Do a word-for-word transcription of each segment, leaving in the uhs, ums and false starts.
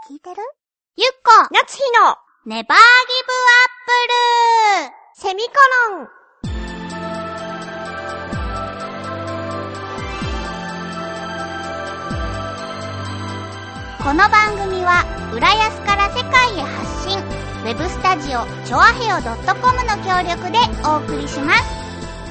聞いてる？ゆっこ夏日のネバーギブアップルセミコロン。 この番組は浦安から世界へ発信、ウェブスタジオチョアヘオ .com の協力でお送りします。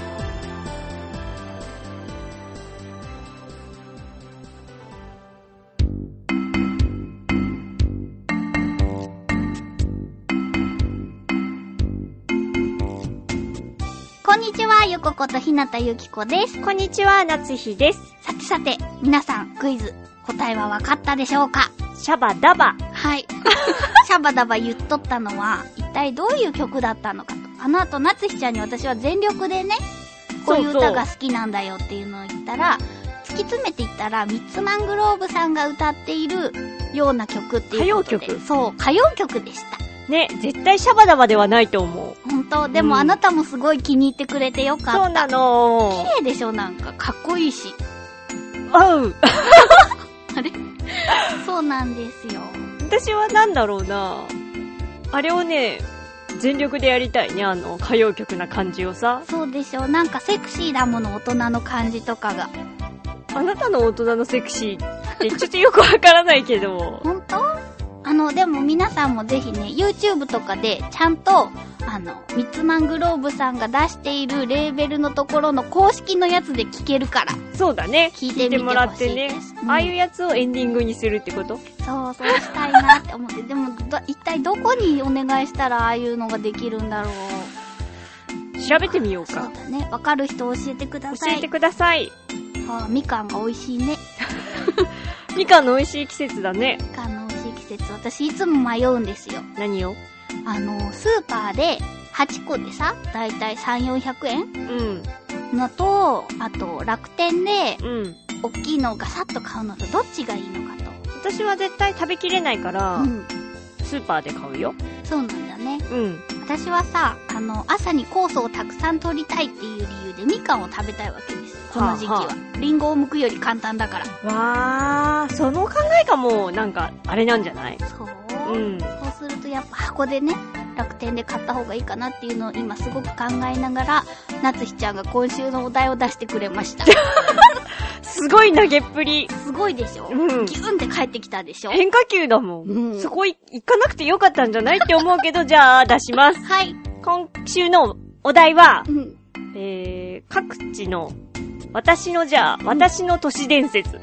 こんにちは、ゆこことひなたゆきこです。 こんにちは、夏日です。 さてさて、皆さんクイズ答えは分かったでしょうか？ シャバダバ。 はい。シャバダバ言っとったのは一体どういう曲だったのかと。あの後夏日ちゃんに私は全力でね、こういう歌が好きなんだよっていうのを言ったら、突き詰めていったらミッツマングローブさんが歌っているような曲っていうことで。歌謡曲。そう、歌謡曲でした。 ね、絶対シャバダバではないと思う。 ほんと、でもあなたもすごい気に入ってくれてよかった。 そうなの。 綺麗でしょ、なんかかっこいいし。 あう。 あれそうなんですよ。 私はなんだろうな。あれをね、全力でやりたいね、あの歌謡曲な感じをさ。 そうでしょ、なんかセクシーだもの、大人の感じとかが。 あなたの大人のセクシーってちょっとよくわからないけど。 ほんと？あの、でも皆さんもぜひね、YouTube とかでちゃんと、あの、ミッツマングローブさんが出しているレーベルのところの公式のやつで聴けるから。 そうだね。 聞いてみてほしいです。聞いてもらってね、 うん。ああいうやつをエンディングにするってこと？ そう、そうしたいなって思って。でも、一体どこにお願いしたらああいうのができるんだろう。 調べてみようか。 そうだね。わかる人教えてください。 教えてください。 あ、みかんが美味しいね。 みかんの美味しい季節だね。 みかんの美味しい季節。私いつも迷うんですよ。 何を？ あの、スーパーではちこでさ、だいたいさんびゃく、よんひゃくえんうん。 のと、あと楽天で、 うん。 大きいのをガサッと買うのとどっちがいいのかと。 私は絶対食べきれないから、うん、スーパーで買うよ。 そうなんだね。 うん。 私はさ、あの、朝に酵素をたくさん取りたいっていう理由でみかんを食べたいわけです。この時期は。はあはあ、リンゴを剥くより簡単だから。 わー、その考えがもうなんか、あれなんじゃない？ そう。うん。そうするとやっぱ箱でね、楽天で買った方がいいかなっていうのを今すごく考えながら、夏日ちゃんが今週のお題を出してくれました。 すごい投げっぷり。 すごいでしょ、うん、ギュンって帰ってきたでしょ。 変化球だもん。うん、そこ行かなくてよかったんじゃないって思うけど、じゃあ出します。 はい。 今週のお題は、 うん、 えー、各地の、私のじゃあ、私の都市伝説。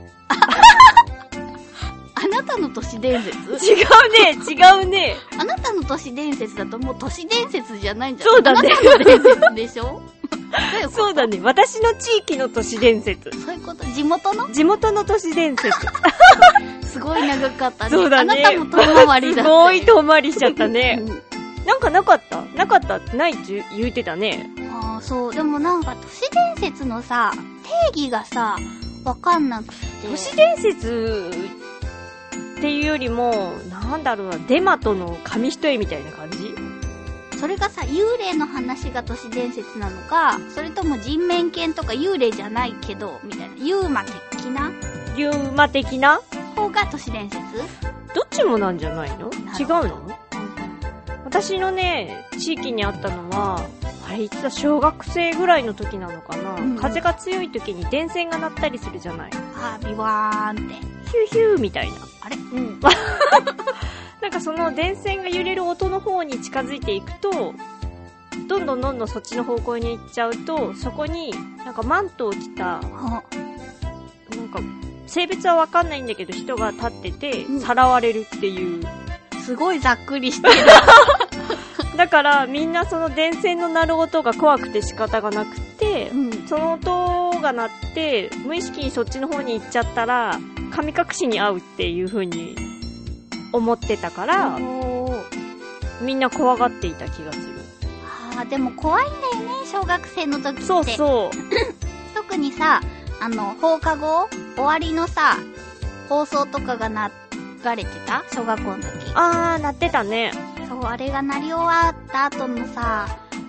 あなたの都市伝説？ 違うね、違うね。 あなたの都市伝説だともう都市伝説じゃないんじゃない？ そうだね。 あなたの伝説でしょそうだね。私の地域の都市伝説。 そういうこと？地元の？ 地元の都市伝説。 すごい長かったね。 そうだね。 あなたも遠回りだった。 すごい遠回りしちゃったね。なんかなかったなかったってないって言うてたね。 ああ、そう。でもなんか都市伝説のさ、定義がさ、わかんなくて。 都市伝説っていうよりも、なんだろうな、デマとの紙一重みたいな感じ？ それがさ、幽霊の話が都市伝説なのか、それとも人面犬とか幽霊じゃないけど、みたいな、ユーマ的なユーマ的な方が都市伝説？ どっちもなんじゃないの？違うの？私のね、地域にあったのは、あれいつだ、小学生ぐらいの時なのかな、うん、風が強い時に電線が鳴ったりするじゃない。 あー、ビワーンって。 ヒューヒューみたいな。 あれ？うん。 なんかその電線が揺れる音の方に近づいていくと、どんどんどんどんそっちの方向に行っちゃうと、そこになんかマントを着た、なんか性別はわかんないんだけど人が立ってて、うん、さらわれるっていう。 すごいざっくりしてる。 だからみんなその電線の鳴る音が怖くて仕方がなくて、うん、その音が鳴って無意識にそっちの方に行っちゃったら神隠しに遭うっていう風に思ってたから、みんな怖がっていた気がする。 あー、でも怖いんだよね、小学生の時って。 そうそう。 特にさ、あの放課後終わりのさ放送とかが流れてた？小学校の時。 あー、鳴ってたね。 そう、あれが鳴り終わった後のさ、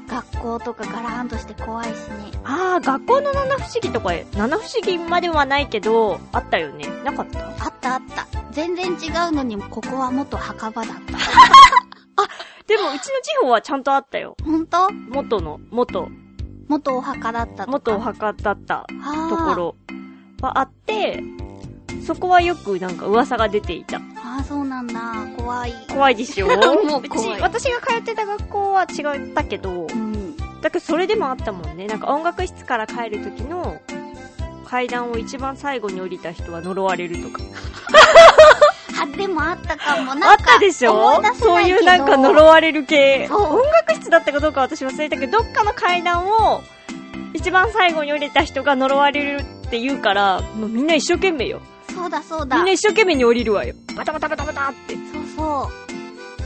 学校とかガラーンとして怖いしね。 あー、学校の七不思議とか、七不思議まではないけど、あったよね。なかった？ あったあった。全然違うのに、ここは元墓場だった。 あ、でもうちの地方はちゃんとあったよ。 ほんと？ 元の、元。 元お墓だったとか。 元お墓だったところはあって、そこはよくなんか噂が出ていた。 ああ、そうなんだ。怖い。 怖いでしょもう怖い。 私が通ってた学校は違ったけど、うん、だからそれでもあったもんね。なんか音楽室から帰る時の階段を一番最後に降りた人は呪われるとか。 あ、でもあったかも。なんかあったでしょ？そういうなんか呪われる系。音楽室だったかどうか私忘れたけど、どっかの階段を一番最後に降りた人が呪われるって言うから、もうみんな一生懸命よ。 そうだそうだ。 みんな一生懸命に降りるわよ。バタバタバタバタって。 そうそう。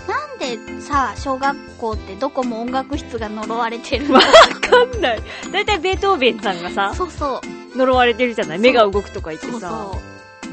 なんでさ、小学校ってどこも音楽室が呪われてるの？ わかんない。だいたいベートーベンさんがさ、 そうそう。 呪われてるじゃない？目が動くとか言ってさ。そうそう。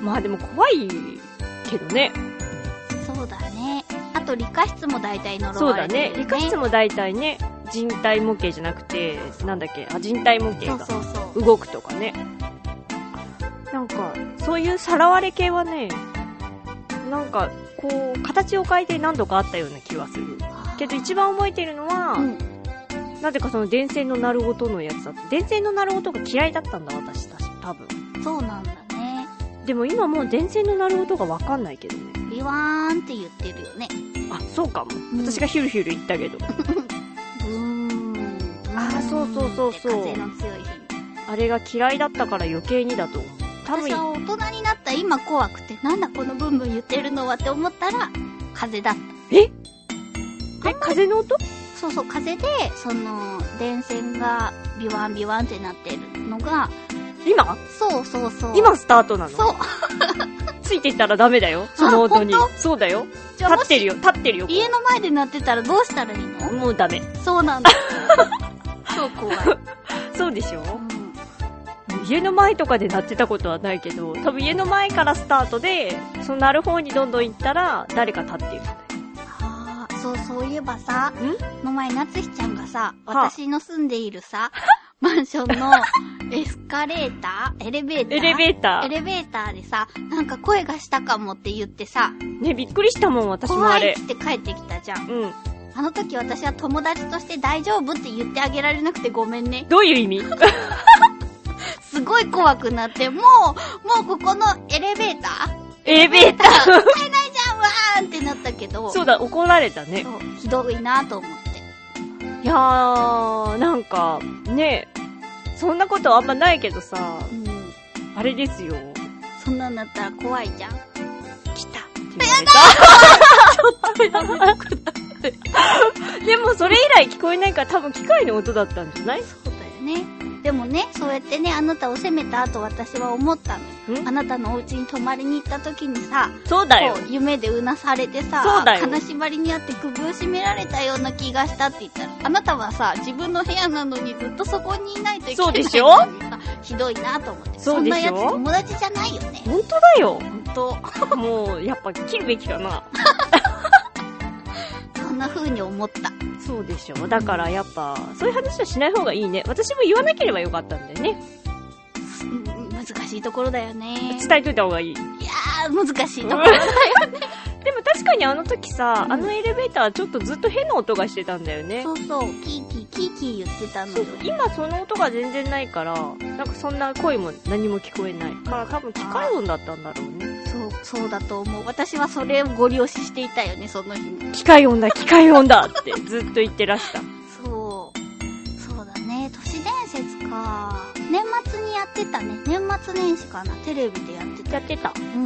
まあでも怖いけどね。 そうだね。あと理科室も大体呪われてる、ね。 そうだね。理科室も大体ね、人体模型じゃなくて、なんだっけ、あ、人体模型が動くとかね。そうそうそう。なんか、そういうさらわれ系はね、なんか、こう、形を変えて何度かあったような気がする。けど一番覚えてるのは、うん、なぜかその電線の鳴る音のやつだった。電線の鳴る音が嫌いだったんだ、私たち、多分。 そうなんだね。 でも今もう電線の鳴る音がわかんないけどね。 ビワーンって言ってるよね。 あ、そうかも。うん、私がヒュルヒュル言ったけど。 うーん。 あ、そうそうそうそう。 風の強い日。 あれが嫌いだったから余計にだと思う。 私は大人になった今怖くて、なんだこのブンブン言ってるのはって思ったら、風だった。 ええ、風の音？ そうそう、風で、その、電線がビワンビワンってなってるのが、 今？ そうそうそう。 今スタートなの？ そう。 ついていったらダメだよ、その音に。そうだよ。立ってるよ、立ってるよ。 家の前で鳴ってたらどうしたらいいの？ もうダメ。 そうなんだ。超怖い。 そうでしょ？うん家の前とかで鳴ってたことはないけど、多分家の前からスタートで、その鳴る方にどんどん行ったら、誰か立っている。 ああ、そう、そういえばさ、んの前、なつひちゃんがさ、私の住んでいるさ、マンションのエスカレーターエレベーターエレベーターエレベーターでさ、なんか声がしたかもって言ってさ、 ね、びっくりしたもん、私もあれ。 怖いって帰ってきたじゃん。 うん。 あの時私は友達として大丈夫って言ってあげられなくてごめんね。 どういう意味？ すごい怖くなって、もう、もうここのエレベーターエレベーター使えないじゃん、わーんってなったけど。 そうだ、怒られたね。 そう、ひどいなと思って。 いやー、なんか、ね、そんなことあんまないけどさ、うん、あれですよ。 そんなんだったら怖いじゃん。 来たって言われた。ちょっとやめてください。でもそれ以来聞こえないから多分機械の音だったんじゃない？ そうだよね。でもね、そうやってね、あなたを責めた後私は思ったのよ。あなたのお家に泊まりに行った時にさ、 そうだよ。 夢でうなされてさ、 そうだよ。 金縛りにあって首を絞められたような気がしたって言ったら、あなたはさ、自分の部屋なのにずっとそこにいないといけないのにさ。 そうでしょ？ ひどいなと思って。 そうでしょ？ そんなやつ友達じゃないよね。 ほんとだよ。 ほんと。 もう、やっぱ切るべきかな。 そんな風に思った。 そうでしょ。だからやっぱ、そういう話はしない方がいいね。私も言わなければよかったんだよね。 うん、難しいところだよね。 伝えといた方がいい。いやー、難しいところだよね。 でも確かにあの時さ、うん、あのエレベーターはちょっとずっと変な音がしてたんだよね。 そうそう、キーキー、キーキー言ってたのよ。 そう、今その音が全然ないから、なんかそんな声も何も聞こえない。まあ多分機械音だったんだろうね。 そう、そうだと思う。私はそれをご利用ししていたよね、その日に。 機械音だ、機械音だってずっと言ってらした。 そう。そうだね、都市伝説か。年末にやってたね。年末年始かな。テレビでやってた。 やってた。 うんうんうん。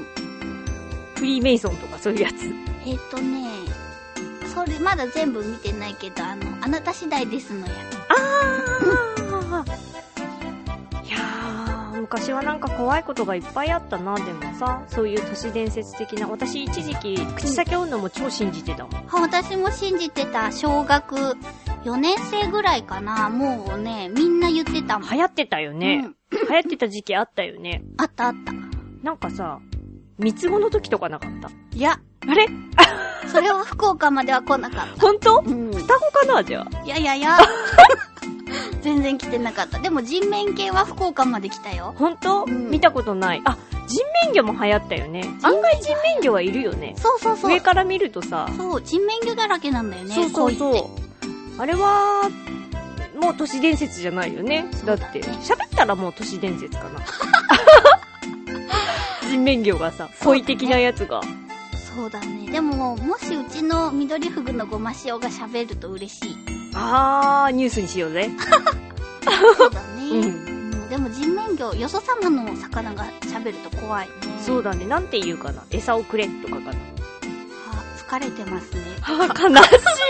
フリーメイソンとかそういうやつ。 えっとね、それまだ全部見てないけど、あの、あなた次第ですのやつ。 あーいやー、昔はなんか怖いことがいっぱいあったな。でもさ、そういう都市伝説的な。私一時期、口先女も超信じてたもん。 は、私も信じてた。小学よねん生ぐらいかな。もうね、みんな言ってたもん。 流行ってたよね。うん、流行ってた時期あったよね。 あったあった。 なんかさ、三つ子の時とかなかった？ いや。 あれそれは福岡までは来なかった。 ほんと？ うん。 双子かな、じゃあ。 いやいやいや。全然来てなかった。でも人面犬は福岡まで来たよ。 ほんと？うん、見たことない。あ、人面魚も流行ったよね。案外人面魚はいるよね。 そうそうそう。 上から見るとさ。 そう、人面魚だらけなんだよね。 そうそうそう。あれは、もう都市伝説じゃないよね。だって、喋ったらもう都市伝説かな。人面魚がさ、恋的なやつが。 そうだね。でも、もしうちの緑ふぐのごま塩が喋ると嬉しい。 あー、ニュースにしようぜ。 そうだね。うん。でも人面魚、よそ様の魚が喋ると怖いね。 そうだね。なんて言うかな。餌をくれとかかな。 あ、疲れてますね。 はぁ、悲し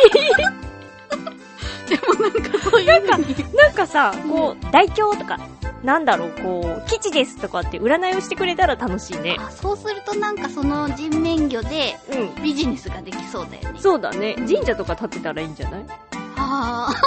い。でもなんかそういうなんか、なんかさ、こう、大凶とか、なんだろう、こう、基地ですとかって占いをしてくれたら楽しいね。 あ、そうするとなんかその人面魚で、ビジネスができそうだよね。 そうだね。神社とか建てたらいいんじゃない？ ああ。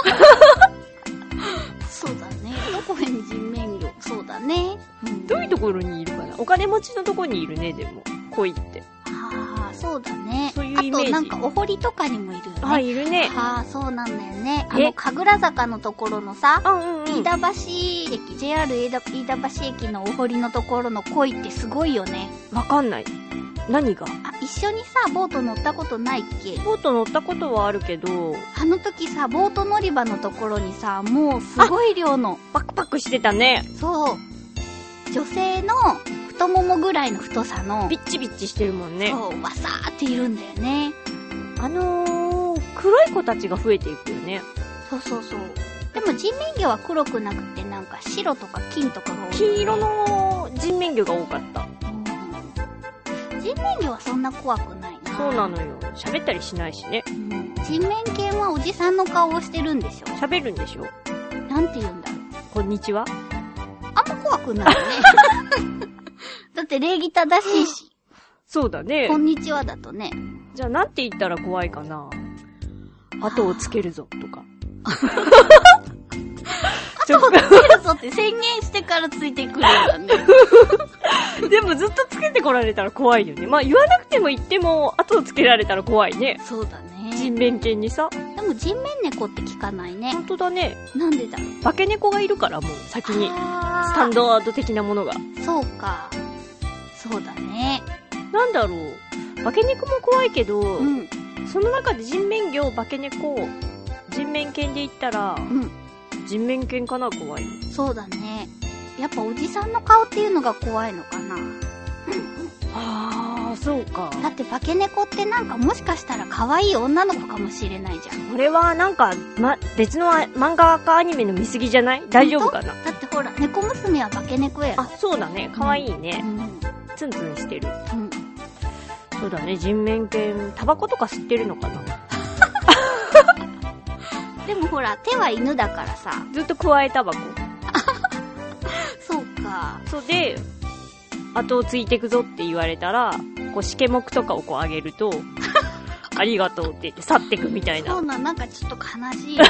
そうだね。どこへに人面魚。そうだね。 うん、どういうところにいるかな？お金持ちのところにいるね、でも。恋って。 ああ、そうだね。 そういうイメージ。 あとなんかお堀とかにもいるよね。 あ、いるね。 ああ、そうなんだよね。あの、神楽坂のところのさ、 うんうん、 飯田橋駅、ジェイアール 飯田、飯田橋駅のお堀のところの恋ってすごいよね。 わかんない。何が？ あ、一緒にさ、ボート乗ったことないっけ？ ボート乗ったことはあるけど、 あの時さ、ボート乗り場のところにさ、もうすごい量の。 パクパクしてたね。 そう。女性の太ももぐらいの太さの。 ビッチビッチしてるもんね。 そう、わさーっているんだよね。 あのー、黒い子たちが増えていくよね。 そうそうそう。でも人面魚は黒くなくてなんか白とか金とかが多い、ね。 黄色の人面魚が多かった。 人面魚はそんな怖くないな。 そうなのよ。喋ったりしないしね。 うん、人面犬はおじさんの顔をしてるんでしょ？ 喋るんでしょ？ なんて言うんだろう。 こんにちは？ あんま怖くないよね。だって礼儀正しいし。 そうだね。 こんにちはだとね。 じゃあなんて言ったら怖いかな？後をつけるぞとか。 後をつけるぞって宣言してからついてくるんだね。 でもずっとつけてこられたら怖いよね。まあ言わなくても言っても後をつけられたら怖いね。 そうだね。 人面犬にさ。 でも人面猫って聞かないね。 ほんとだね。 なんでだろう。 化け猫がいるからもう先に。スタンダード的なものが。 そうか。そうだね。 なんだろう。化け猫も怖いけど、うん、その中で人面魚、化け猫、人面犬で言ったら、うん、人面犬かな、怖い。 そうだね。やっぱおじさんの顔っていうのが怖いのかな。 ああ、そうか。 だって化け猫ってなんかもしかしたら可愛い女の子かもしれないじゃん。 これはなんか、ま、別の漫画かアニメの見過ぎじゃない？大丈夫かな？ だってほら、猫娘は化け猫やろ。 あ、そうだね。可愛いね。うん、ツンツンしてる。うん。そうだね。人面犬、タバコとか吸ってるのかな？ でもほら、手は犬だからさ。 ずっとくわえタバコ。 そうか。 そうで、後をついてくぞって言われたら、こう、しけもくとかをこうあげると、ありがとうって言って去ってくみたいな。 そうなん、なんかちょっと悲しいよね。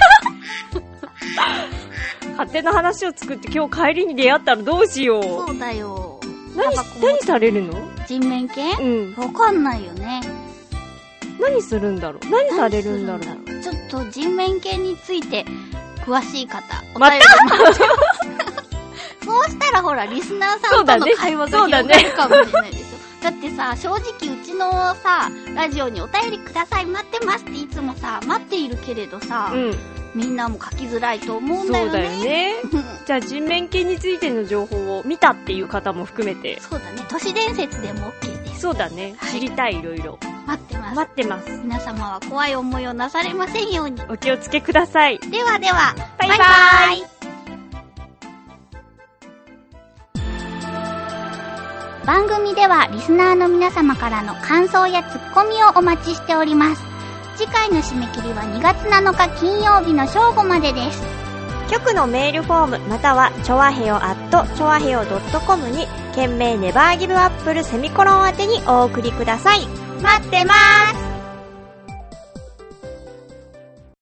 勝手な話を作って今日帰りに出会ったらどうしよう。 そうだよ。 何、何されるの？ 人面犬？ うん。 わかんないよね。 何するんだろう？何されるんだろう？ ちょっと人面犬について詳しい方、お便り待ってます。 そうしたらほら、リスナーさんとの会話が広がるかもしれないでしょ。だってさ、正直うちのさ、ラジオにお便りください、待ってますっていつもさ、待っているけれどさ、うん、みんなも書きづらいと思うんだよね。 そうだよね。じゃあ人面犬についての情報を見たっていう方も含めて。 そうだね。都市伝説でも OK です。 そうだね。はい、知りたい、いろいろ。 待ってます。 待ってます。 皆様は怖い思いをなされませんように。 お気をつけください。 ではでは、 バイバイ。バイバイ。 番組ではリスナーの皆様からの感想やツッコミをお待ちしております。次回の締め切りはにがつなのか金曜日の正午までです。 局のメールフォームまたはチョアヘヨアットチョアヘヨドットコムに件名ネバーギブアップルセミコロン宛てにお送りください。 待ってまーす。